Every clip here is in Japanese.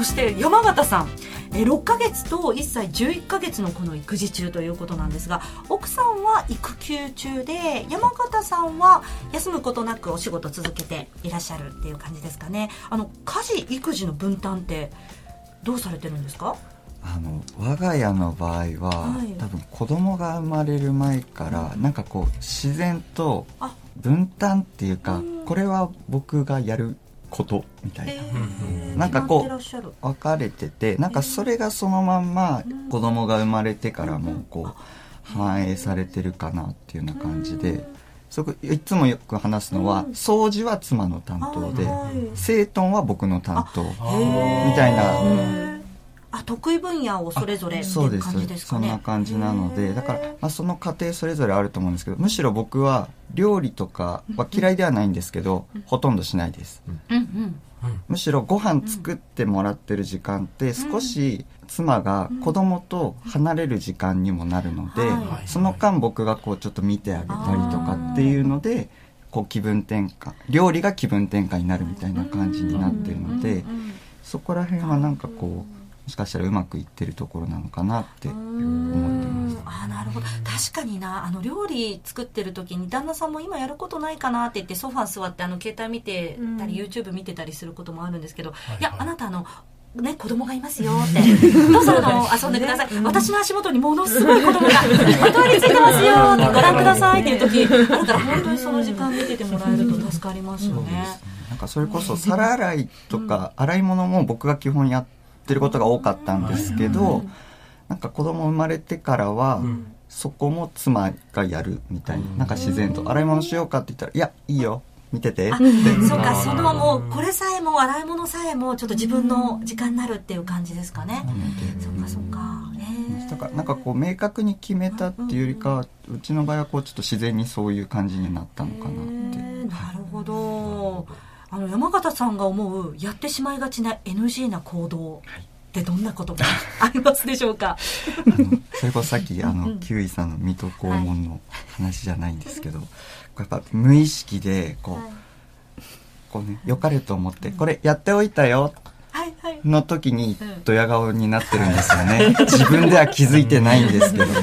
そして山形さん、6ヶ月と1歳11ヶ月のこの育児中ということなんですが、奥さんは育休中で山形さんは休むことなくお仕事続けていらっしゃるっていう感じですかね。家事育児の分担ってどうされてるんですか？ 我が家の場合は、はい、多分子供が生まれる前から、なんかこう自然と分担っていうか、これは僕がやることみたいな、なんかこう分かれてて、なんかそれがそのまんま子供が生まれてからもこう反映されてるかなっていうような感じで、いつもよく話すのは、掃除は妻の担当で、整頓は僕の担当みたいな。 得意分野をそれぞれっていう感じですかね。 そんな感じなので、だから、その家庭それぞれあると思うんですけど、むしろ僕は料理とかは嫌いではないんですけど、ほとんどしないです、むしろご飯作ってもらってる時間って少し妻が子供と離れる時間にもなるので、その間僕がこうちょっと見てあげたりとかっていうので、こう気分転換、料理が気分転換になるみたいな感じになってるので、そこら辺はなんかこうもしかしたらうまくいってるところなのかなって思ってます。 なるほど。確かにな、料理作ってる時に旦那さんも今やることないかなって言ってソファー座って携帯見てたり、YouTube 見てたりすることもあるんですけど、いやあなたね、子供がいますよってどうぞ遊んでください、私の足元にものすごい子供がまとわりついてますよってご覧くださいっていう時あるから、本当にその時間見ててもらえると助かりますよね。 なんかそれこそ皿洗いとか洗い物も僕が基本やってることが多かったんですけど、なんか子供生まれてからは、そこも妻がやるみたいな、なんか自然と洗い物しようかって言ったら、いやいいよ見ててって。 そうか、そのもうこれさえも洗い物さえもちょっと自分の時間になるっていう感じですかね。そうかそうか。 だからなんかこう明確に決めたっていうよりかは、うちの場合はこうちょっと自然にそういう感じになったのかなって。 なるほど。山形さんが思うやってしまいがちな NG な行動ってどんなことがありますでしょうか？ それこそさっきキウイさんの水戸黄門の話じゃないんですけど、やっぱ無意識でこうね、良かれと思ってこれやっておいたよの時にドヤ顔になってるんですよね。自分では気づいてないんですけど、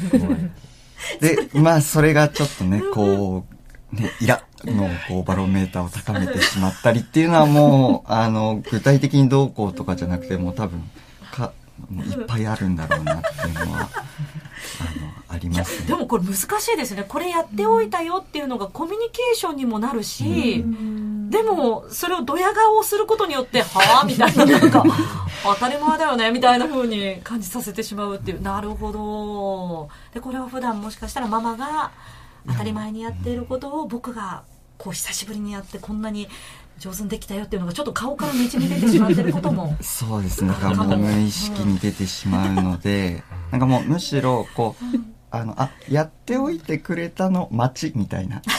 でそれがちょっとねこうね、イラのこうバロメーターを高めてしまったりっていうのはもう具体的にどうこうとかじゃなくて、もう多分もういっぱいあるんだろうなっていうのはありますね。 でもこれ難しいですね。これやっておいたよっていうのがコミュニケーションにもなるし、でもそれをドヤ顔をすることによってはぁみたいな、なんか当たり前だよねみたいな風に感じさせてしまうっていう。なるほど。でこれは普段もしかしたらママが当たり前にやっていることを僕がこう久しぶりにやってこんなに上手にできたよっていうのがちょっと顔からにじみ出てしまっていることもそうですね。なんかもう無意識に出てしまうので、なんかもうむしろこうやっておいてくれたの待ちみたいな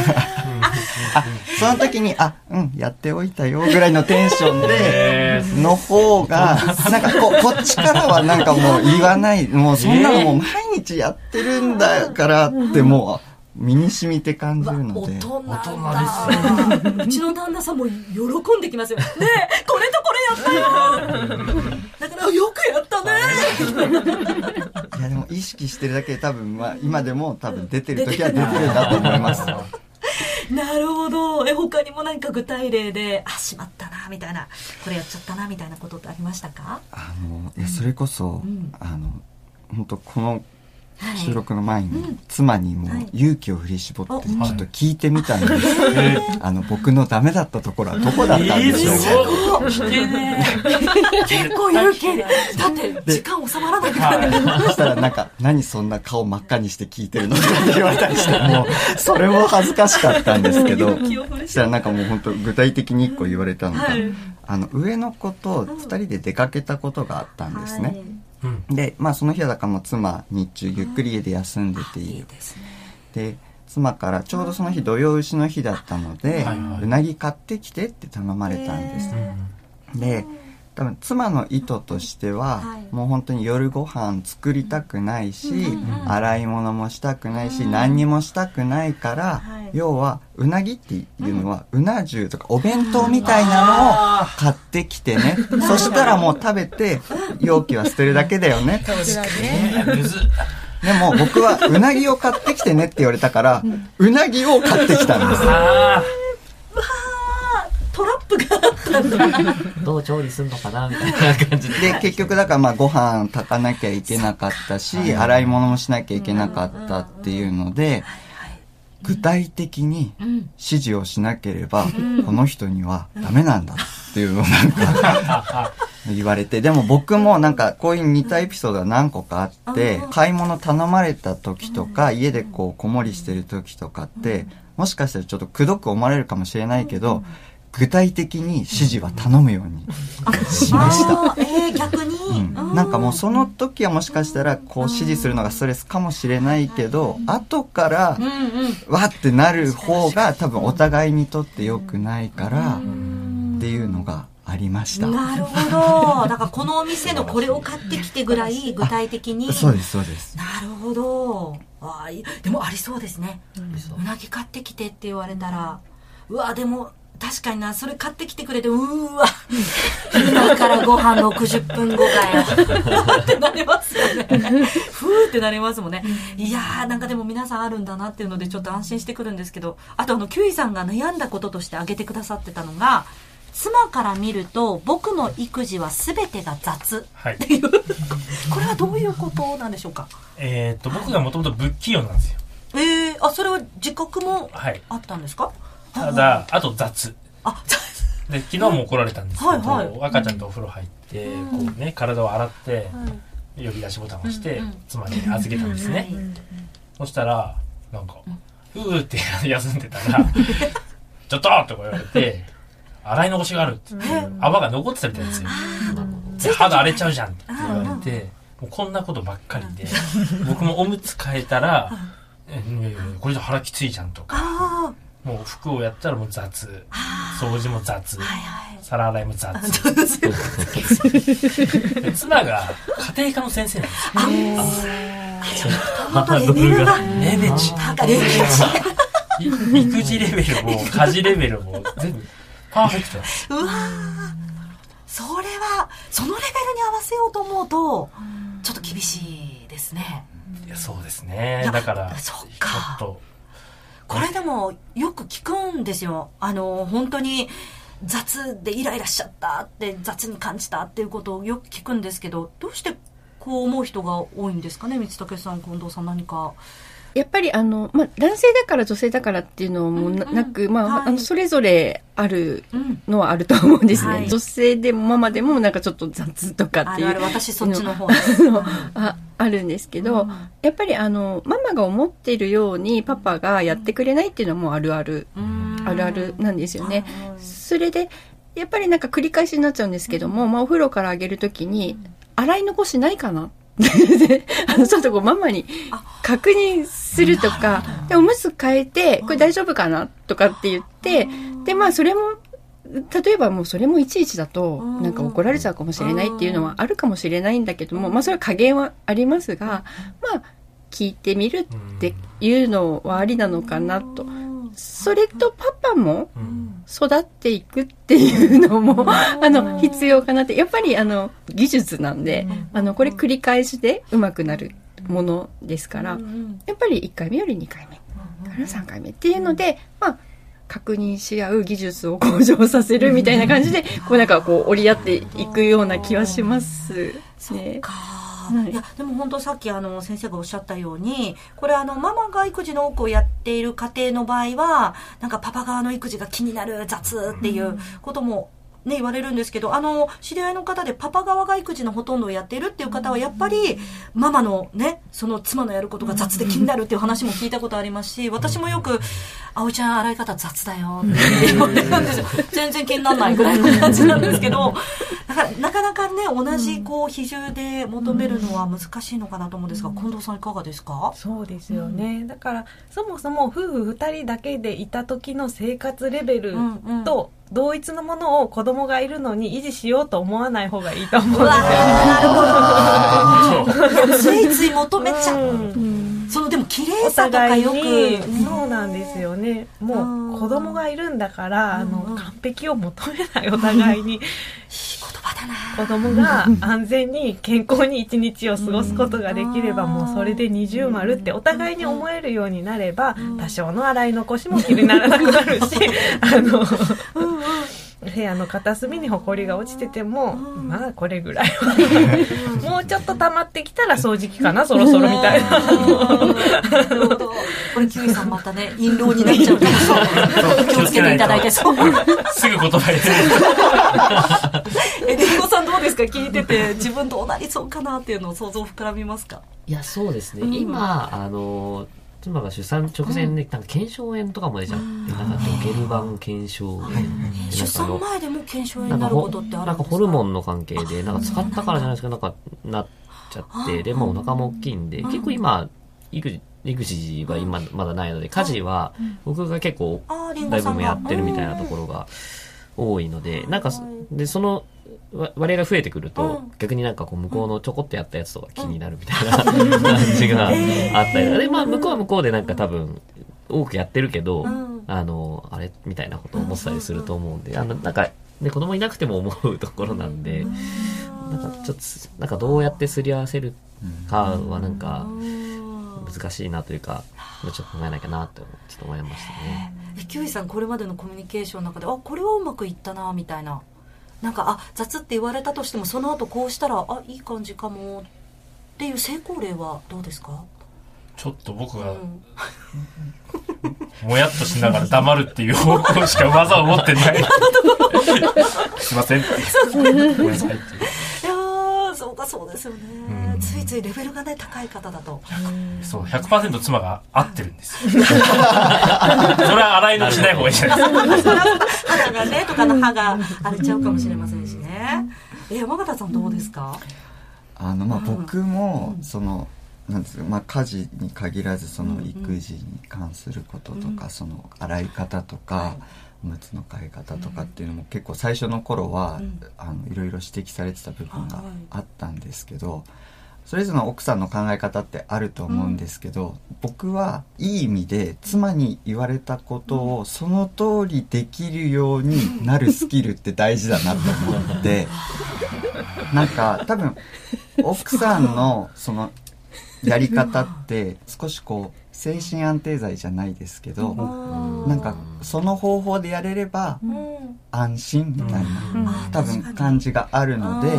その時にやっておいたよぐらいのテンションでの方がなんかこっちからはなんかもう言わない、もうそんなのもう毎日やってるんだからってもう身に染みて感じるので。 大人ですうちの旦那さんも喜んできますよ。ねえこれとこれやったよだからよくやったねいやでも意識してるだけで多分今でも多分出てる時は出てるんだと思いますなるほど。他にも何か具体例でしまったなみたいな、これやっちゃったなみたいなことってありましたか？ いやそれこそ、本当この収録の前に妻にも勇気を振り絞ってちょっと聞いてみたんです、僕のダメだったところはどこだったんでしょうか、 結構勇気で、だって時間収まらないからね。 そしたらなんか何そんな顔真っ赤にして聞いてるのって言われたりして、もうそれも恥ずかしかったんですけど、そしたらなんかもう本当具体的に1個言われたのが、上の子と2人で出かけたことがあったんですね。でその日はだからもう妻日中ゆっくり家で休んでている。で妻からちょうどその日土用丑の日だったので、うなぎ買ってきてって頼まれたんです。で多分妻の意図としては、もう本当に夜ご飯作りたくないし、洗い物もしたくないし、何にもしたくないから、要はうなぎっていうのは、うな重とかお弁当みたいなのを買ってきてね、そしたらもう食べて容器は捨てるだけだよね。でも僕はうなぎを買ってきてねって言われたから、うなぎを買ってきたんです。 トラップがあったんだ。 どう調理するのかなみたいな感じで。 で、結局だからご飯炊かなきゃいけなかったし、洗い物もしなきゃいけなかったっていうので、具体的に指示をしなければ、この人にはダメなんだっていうのをなんか言われて、でも僕もなんかこういう似たエピソードが何個かあって、買い物頼まれた時とか、家でこう子守してる時とかって、もしかしたらちょっとくどく思われるかもしれないけど、具体的に指示は頼むようにしました。 逆に、 なんかもうその時はもしかしたらこう指示するのがストレスかもしれないけど、後からわってなる方が多分お互いにとって良くないからっていうのがありました。 なるほど。だからこのお店のこれを買ってきてぐらい具体的に。 そうですそうです。 なるほど。でもありそうですね。うなぎ買ってきてって言われたら、うわでも確かにな、それ買ってきてくれて、うわ今からご飯60分後かよってなりますよね。ふーってなりますもんね。いやー、なんかでも皆さんあるんだなっていうのでちょっと安心してくるんですけど、あとキュウイさんが悩んだこととして挙げてくださってたのが、妻から見ると僕の育児は全てが雑っていう、これはどういうことなんでしょうか。 僕がもともと不器用なんですよ。 それは自覚もあったんですか。 ただ、あと雑。で、昨日も怒られたんですけど、赤ちゃんとお風呂入って、こうね、体を洗って、呼び出しボタンを押して、妻に預けたんですね。そしたら、なんか、うーって休んでたら、ちょっととか言われて、洗い残しがあるって泡が残ってたみたいですよ。で、肌荒れちゃうじゃんって言われて、もうこんなことばっかりで、僕もおむつ替えたら、これじゃ腹きついじゃんとか、もう服をやったらもう雑、掃除も雑、皿洗いも雑。妻が家庭科の先生なんですよ。レベチ。育児レベルも家事レベルも全部パーフェクトです。 うわー、それはそのレベルに合わせようと思うとちょっと厳しいですね。 いや、そうですね。だからちょっとこれでもよく聞くんですよ。本当に雑でイライラしちゃったって雑に感じたっていうことをよく聞くんですけど、どうしてこう思う人が多いんですかね。光武さん、近藤さん、何か。 やっぱり男性だから女性だからっていうのもなく、それぞれあるのはあると思うんですね。女性でもママでもなんかちょっと雑とかっていう私そっちの方ですあるんですけど、やっぱりママが思っているようにパパがやってくれないっていうのはもうあるあるなんですよね。それでやっぱりなんか繰り返しになっちゃうんですけども、お風呂からあげるときに洗い残しないかなでちょっとこうママに確認するとか、でおむつ変えてこれ大丈夫かなとかって言って、でそれも例えばもうそれもいちいちだとなんか怒られちゃうかもしれないっていうのはあるかもしれないんだけども、それは加減はありますが、聞いてみるっていうのはありなのかなと。それとパパも育っていくっていうのも必要かなって。やっぱり技術なんでこれ繰り返しで上手くなるものですから、やっぱり1回目より2回目から3回目っていうので確認し合う技術を向上させるみたいな感じでなんか折り合っていくような気はしますね。 いやでも本当さっき先生がおっしゃったように、これママが育児の多くをやっている家庭の場合はなんかパパ側の育児が気になる、雑っていうこともね言われるんですけど、知り合いの方でパパ側が育児のほとんどをやっているっていう方はやっぱりママのねその妻のやることが雑で気になるっていう話も聞いたことありますし、私もよく葵ちゃん洗い方雑だよって言われるんですよ。全然気にならないぐらいの感じなんですけど、だからなかなかね同じ比重で求めるのは難しいのかなと思うんですが、近藤さんいかがですか。 そうですよね、だからそもそも夫婦2人だけでいた時の生活レベルと同一のものを子供がいるのに維持しようと思わない方がいいと思うんですよ。 なるほど。ついつい求めちゃう。そのでも綺麗さとかよく、 そうなんですよね。もう子供がいるんだから完璧を求めない、お互いに。いい言葉だな。 子供が安全に健康に一日を過ごすことができれば、もうそれで二重丸ってお互いに思えるようになれば、多少の洗い残しも気にならなくなるし、部屋の片隅にホコリが落ちてても、まあこれぐらいはもうちょっと溜まってきたら掃除機かな、そろそろみたいな。 これキウイさんまたね、印籠になっちゃうから気をつけていただいて。そうすぐ言葉入れる。 りんごさんどうですか、聞いてて自分どうなりそうかなっていうのを想像膨らみますか？ いや、そうですね、今妻が出産直前でなんか腱鞘炎とかも出ちゃって、なんかドケルバン腱鞘炎、 出産前でも腱鞘炎になることってあるんですか？ なんかホルモンの関係でなんか使ったからじゃないですけど、なんかなっちゃって、でもお腹も大きいんで、結構今育児は今まだないので、家事は僕が結構だいぶもやってるみたいなところが多いので、なんかでその割合が増えてくると、逆になんかこう向こうのちょこっとやったやつとか気になるみたいな感じがあったりで、まあ向こうは向こうでなんか多分多くやってるけど、あれみたいなことを思ってたりすると思うんで、なんかね、子供いなくても思うところなんで、なんかちょっとなんかどうやってすり合わせるかはなんか難しいなというか、ちょっと考えなきゃなってちょっと思いましたね。 キウイさん、これまでのコミュニケーションの中で、これはうまくいったなみたいな、なんか雑って言われたとしてもその後こうしたらいい感じかもっていう成功例はどうですか？ ちょっと僕が、もやっとしながら黙るっていう方向しか技を持ってないすいませんごめんなさいって。 いやそうか、そうですよね、ついついレベルがね高い方だとそう 100% 妻が合ってるんですよそれは洗いのしない方がいいじゃないですか肌がねとかの歯が荒れちゃうかもしれませんしね。山形さんどうですか？ 僕もそのなんですか、家事に限らずその育児に関することとか、その洗い方とか、おむつの替え方とかっていうのも結構最初の頃はいろいろ指摘されてた部分があったんですけど、それぞれの奥さんの考え方ってあると思うんですけど、僕はいい意味で妻に言われたことをその通りできるようになるスキルって大事だなと思ってなんか多分奥さんのそのやり方って少しこう精神安定剤じゃないですけど、なんかその方法でやれれば安心みたいな多分感じがあるので、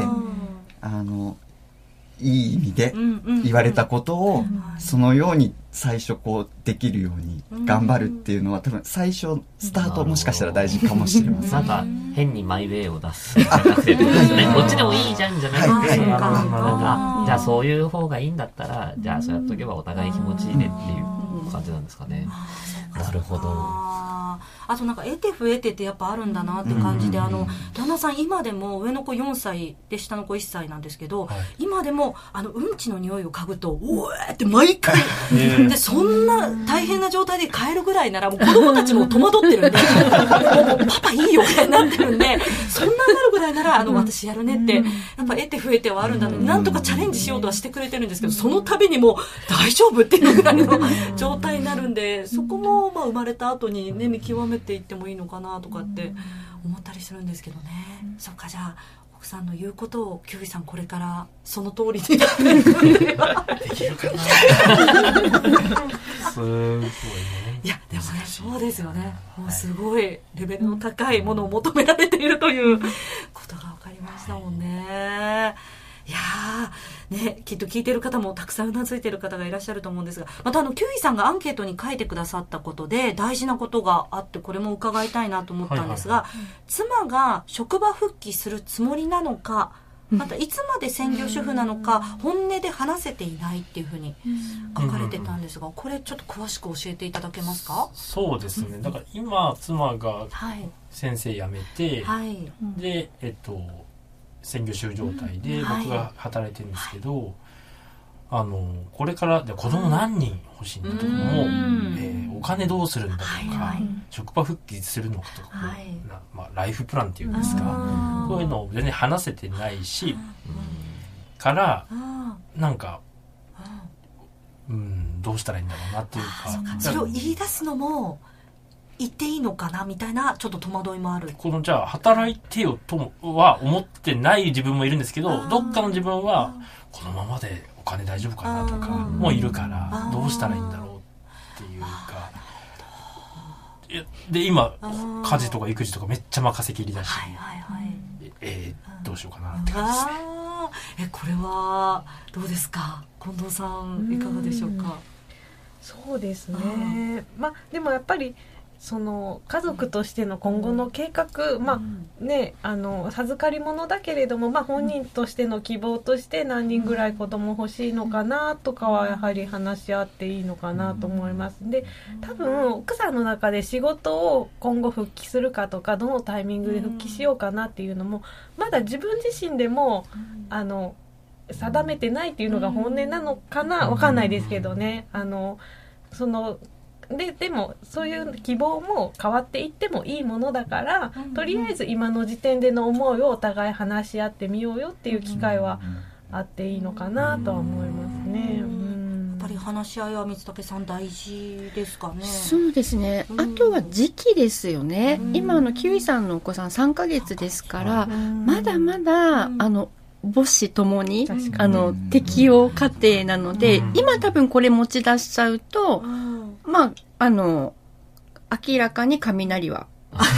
いい意味で言われたことをそのように最初こうできるように頑張るっていうのは多分最初スタートもしかしたら大事かもしれません。 なんか変にマイウェイを出すなくてってことですね。こっちでもいいじゃんじゃなくて、なんかじゃあそういう方がいいんだったら、じゃあそうやっとけばお互い気持ちいいねっていう感じなんですかね。なるほど。 あとなんか得て増えてってやっぱあるんだなって感じで、旦那さん今でも上の子4歳で下の子1歳なんですけど、今でもうんちの匂いを嗅ぐとおーって毎回で、そんな大変な状態で帰るぐらいならもう子供たちも戸惑ってるんでもうパパいいよみたいになってるんで、そんなになるぐらいなら私やるねってやっぱ得て増えてはあるんだので、なんとかチャレンジしようとはしてくれてるんですけど、その度にもう大丈夫っていうぐらいの状態になるんで、そこも生まれた後にね見極めていってもいいのかなとかって思ったりするんですけどね。そっか、じゃあ奥さんの言うことをキウイさんこれからその通りにやっていくできるかなすごいね。 いやでもね、そうですよね、もうすごいレベルの高いものを求められているということが分かりましたもんね。いやーね、きっと聞いてる方もたくさんうなずいてる方がいらっしゃると思うんですが、またキウイさんがアンケートに書いてくださったことで大事なことがあって、これも伺いたいなと思ったんですが、妻が職場復帰するつもりなのか、またいつまで専業主婦なのか本音で話せていないっていうふうに書かれてたんですが、これちょっと詳しく教えていただけますか？ そうですね、だから今妻が先生辞めて、で専業主婦状態で僕が働いてるんですけど、 これからで子供何人欲しいんだとかも、お金どうするんだとか、職場復帰するのかとか、ライフプランっていうんですか、そういうのを全然話せてないし、からなんかどうしたらいいんだろうなっていうか、 それを言い出すのも言っていいのかなみたいなちょっと戸惑いもある。 じゃあ働いてよとは思ってない自分もいるんですけど、どっかの自分はこのままでお金大丈夫かなとかもいるから、どうしたらいいんだろうっていうか、で今家事とか育児とかめっちゃ任せきりだし、どうしようかなって感じですね。 これはどうですか、近藤さんいかがでしょうか。 そうですね、でもやっぱりその家族としての今後の計画、授かり物だけれども、本人としての希望として何人ぐらい子供欲しいのかなとかはやはり話し合っていいのかなと思います。で、多分奥さんの中で仕事を今後復帰するかとか、どのタイミングで復帰しようかなっていうのもまだ自分自身でも定めてないっていうのが本音なのかな、わかんないですけどね。でもそういう希望も変わっていってもいいものだから、とりあえず今の時点での思いをお互い話し合ってみようよっていう機会はあっていいのかなとは思いますね。 やっぱり話し合いは光武さん大事ですかね。 そうですね、あとは時期ですよね。今キウイさんのお子さん3ヶ月ですから、まだまだ母子ともに適応過程なので、今多分これ持ち出しちゃうと、明らかに雷は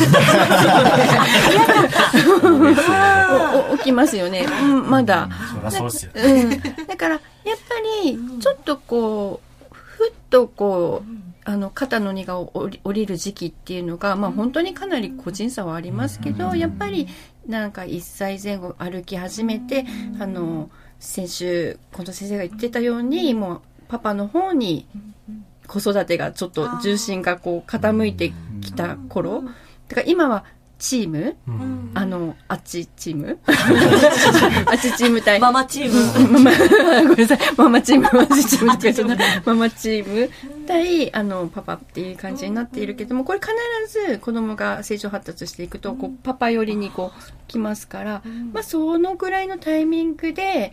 起きますよね。まだ。 そうですよね。 だからやっぱりちょっとふっと肩の荷が下りる時期っていうのが、本当にかなり個人差はありますけど、やっぱりなんか1歳前後歩き始めて、先週近藤先生が言ってたように、もうパパの方に子育てがちょっと重心が傾いてきた頃、だから今はチーム、あっちチームあっちチーム対ママチームごめんなさい、ママチームママチームとかじゃないママチーム対パパっていう感じになっているけども、これ必ず子供が成長発達していくとパパ寄りに来ますから、そのぐらいのタイミングで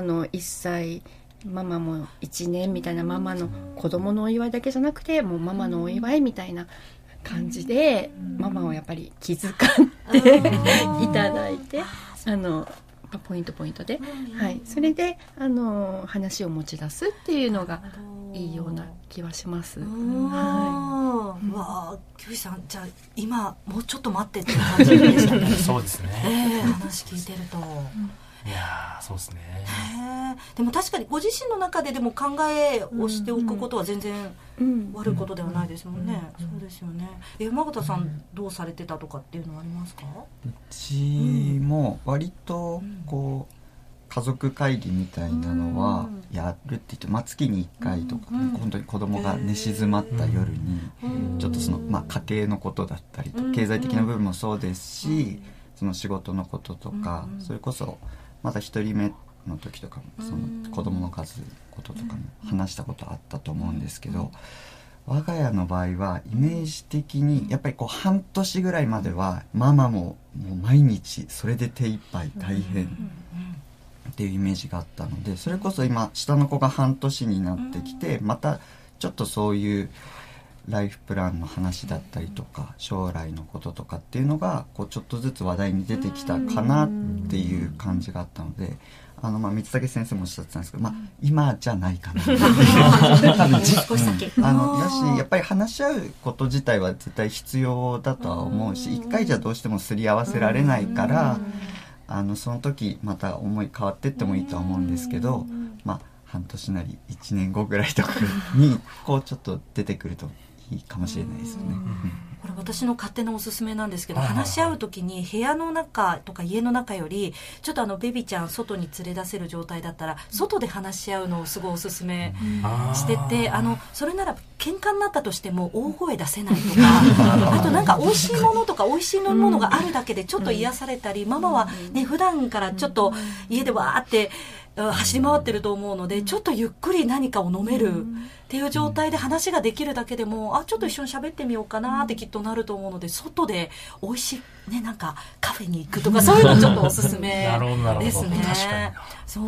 1歳ママも1年みたいな、ママの子供のお祝いだけじゃなくて、もうママのお祝いみたいな感じでママをやっぱり気遣っていただいて、ポイントで、それで話を持ち出すっていうのがいいような気はします。 わあ、キュウイさん、じゃあ今もうちょっと待ってって感じでしたね。 そうですね。 話聞いてると。 いやそうですね。 でも確かにご自身の中ででも考えをしておくことは全然悪いことではないですもんね。そうですよね。山形さんどうされてたとかっていうのはありますか？ うちも割と家族会議みたいなのはやるって言って、月に1回とか、本当に子供が寝静まった夜にちょっと家計のことだったりと経済的な部分もそうですし、その仕事のこととか、それこそまだ1人目の時とかもその子供の数こととかも話したことあったと思うんですけど、我が家の場合はイメージ的にやっぱり半年ぐらいまではママもう毎日それで手一杯大変っていうイメージがあったので、それこそ今下の子が半年になってきて、またちょっとそういうライフプランの話だったりとか将来のこととかっていうのがちょっとずつ話題に出てきたかなっていう感じがあったので、光武先生もおっしゃってたんですけど、今じゃないかな多分少し先だし、やっぱり話し合うこと自体は絶対必要だとは思うし、一回じゃどうしてもすり合わせられないから、その時また思い変わってってもいいとは思うんですけど、半年なり1年後ぐらいとかにちょっと出てくるといいかもしれないですよね。 これ私の勝手なおすすめなんですけど、話し合う時に部屋の中とか家の中よりちょっとベビちゃん外に連れ出せる状態だったら外で話し合うのをすごいおすすめしてて、それなら喧嘩になったとしても大声出せないとかあとなんか美味しいものとか美味しい飲み物があるだけでちょっと癒されたり、ママはね普段からちょっと家でわーって走り回ってると思うので、ちょっとゆっくり何かを飲めるっていう状態で話ができるだけでも、ちょっと一緒に喋ってみようかなってきっとなると思うので、外で美味しいね、なんかカフェに行くとかそういうのちょっとおすすめですね。 確かにそう。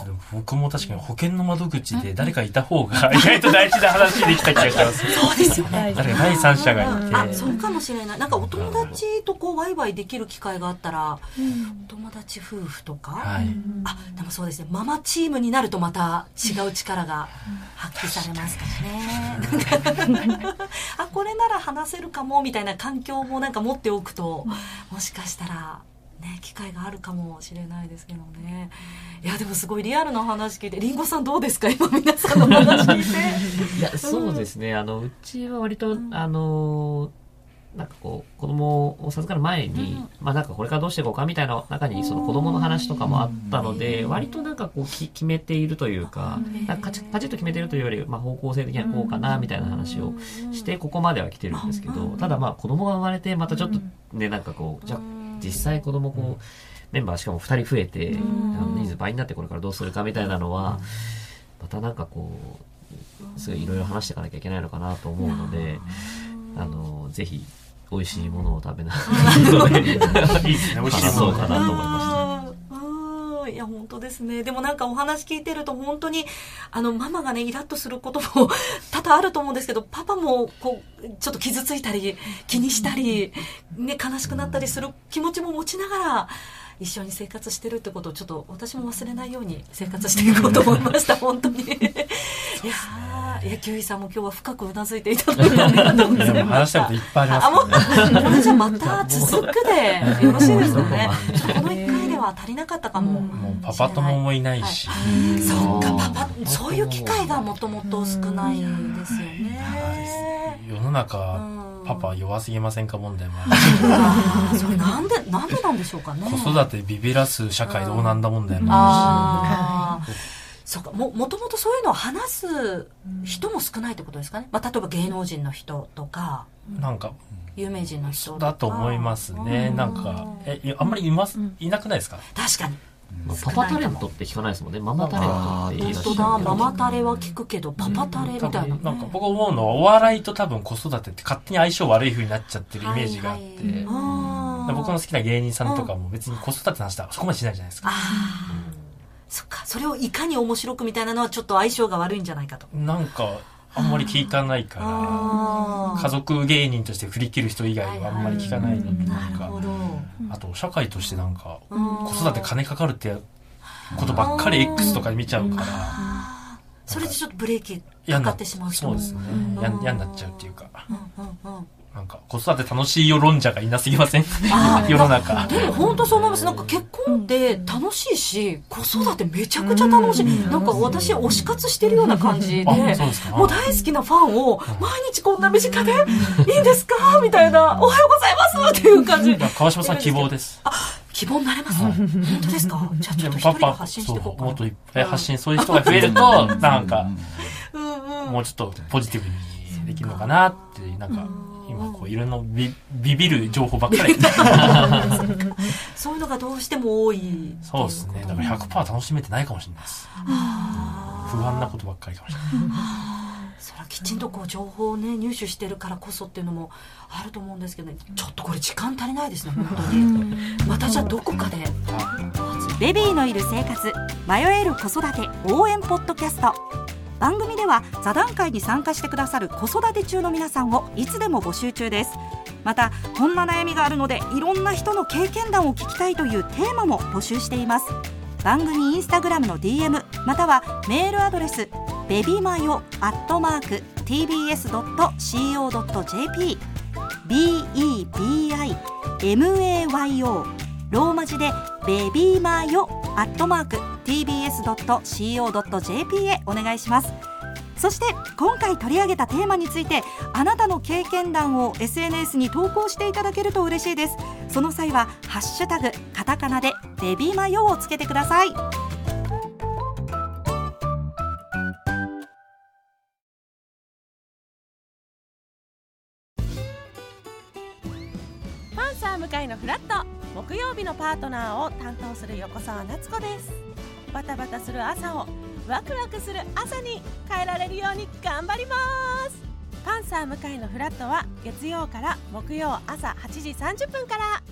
でも僕も確かに保険の窓口で誰かいた方が意外と大事な話できた気がします。 そうですよね。 誰か第三者がいて。 そうかもしれない。なんかお友達とこうワイワイできる機会があったら、お友達夫婦とか、でもそうですね、ママチームになるとまた違う力が発揮されますからね。これなら話せるかもみたいな環境もなんか持っておくと、もしかしたらね、機会があるかもしれないですけどね。いやでもすごいリアルな話聞いて、りんごさんどうですか、今皆さんの話聞いて。 いやそうですね、うちは割となんかこう子供を授かる前に、なんかこれからどうしていこうかみたいな中にその子供の話とかもあったので、割となんかこう決めているというか、なんかパチッと決めているというより、方向性的にはこうかなみたいな話をしてここまでは来てるんですけど、ただ子供が生まれてまたちょっとね、なんかこうじゃ実際子供こうメンバーしかも2人増えて人数倍になってこれからどうするかみたいなのはまたなんかこうすごいいろいろ話していかなきゃいけないのかなと思うので、ぜひ美味しいものを食べながらいいですね、美味しいそうかなと思いました。いや本当ですね。でもなんかお話聞いてると本当にママがねイラッとすることも多々あると思うんですけど、パパもこうちょっと傷ついたり気にしたり、ね、悲しくなったりする気持ちも持ちながら一緒に生活してるってことをちょっと私も忘れないように生活していこうと思いました。本当に。いやキュウイさんも今日は深くうなずいていただいてありがとうございました。 話したこといっぱいありますね。これじゃまた続くでよろしいですかね。この1回では足りなかったかも。 もうパパ友もいないし。 そうか、そういう機会がもともと少ないですよね。 世の中パパ弱すぎませんか問題もあるし、それなんでなんでしょうかね。 子育てビビらす社会どうなんだ問題もあるし。 そうか、もともとそういうのを話す人も少ないってことですかね。例えば芸能人の人とかなんか有名人の人とかだと思いますね。なんかあんまりいなくないですか。 確かに。 パパタレントって聞かないですもんね。ママタレントって言いらっしゃる。 本当だ、ママタレは聞くけどパパタレみたいな、 なんか僕思うのはお笑いと多分子育てって勝手に相性悪い風になっちゃってるイメージがあって、僕の好きな芸人さんとかも別に子育ての話はそこまでしないじゃないですか。 そっか、それをいかに面白くみたいなのはちょっと相性が悪いんじゃないかと。 なんかあんまり聞かないから家族芸人として振り切る人以外はあんまり聞かないので、なんかあと社会としてなんか子育て金かかるってことばっかり X とかで見ちゃうから、 それでちょっとブレーキかかってしまう人も。 そうですね、嫌になっちゃうっていうか、なんか子育て楽しいよ論者がいなすぎません世の中。 でも本当そう思います。なんか結婚って楽しいし、子育てめちゃくちゃ楽しい。なんか私推し活してるような感じで、もう大好きなファンを毎日こんな身近でいいんですかみたいな、おはようございますっていう感じ。 川島さん希望です。 希望になれます。本当ですか。じゃあちょっと一人で発信していこうかな。 もっといっぱい発信、そういう人が増えるとなんかもうちょっとポジティブにできるのかなって、なんか今こういろんなビビる情報ばっかりそういうのがどうしても多い。 そうですね。だから 100% 楽しめてないかもしれないです。不安なことばっかりかもしれない。 それはきちんとこう情報をね入手してるからこそっていうのもあると思うんですけどね。ちょっとこれ時間足りないですね本当に。またじゃあどこかで。ベビーのいる生活、迷える子育て応援ポッドキャスト。番組では座談会に参加してくださる子育て中の皆さんをいつでも募集中です。またこんな悩みがあるのでいろんな人の経験談を聞きたいというテーマも募集しています。番組インスタグラムの DM またはメールアドレスbebimayo@tbs.co.jp bebimayo ローマ字でベビーマヨ@tbs.co.jp へお願いします。そして今回取り上げたテーマについてあなたの経験談を SNS に投稿していただけると嬉しいです。その際はハッシュタグカタカナでベビーマヨをつけてください。 パンサー向かいのフラット、木曜日のパートナーを担当する横澤夏子です。 バタバタする朝をワクワクする朝に変えられるように頑張ります。パンサー向井のフラットは月曜から木曜朝8時30分から。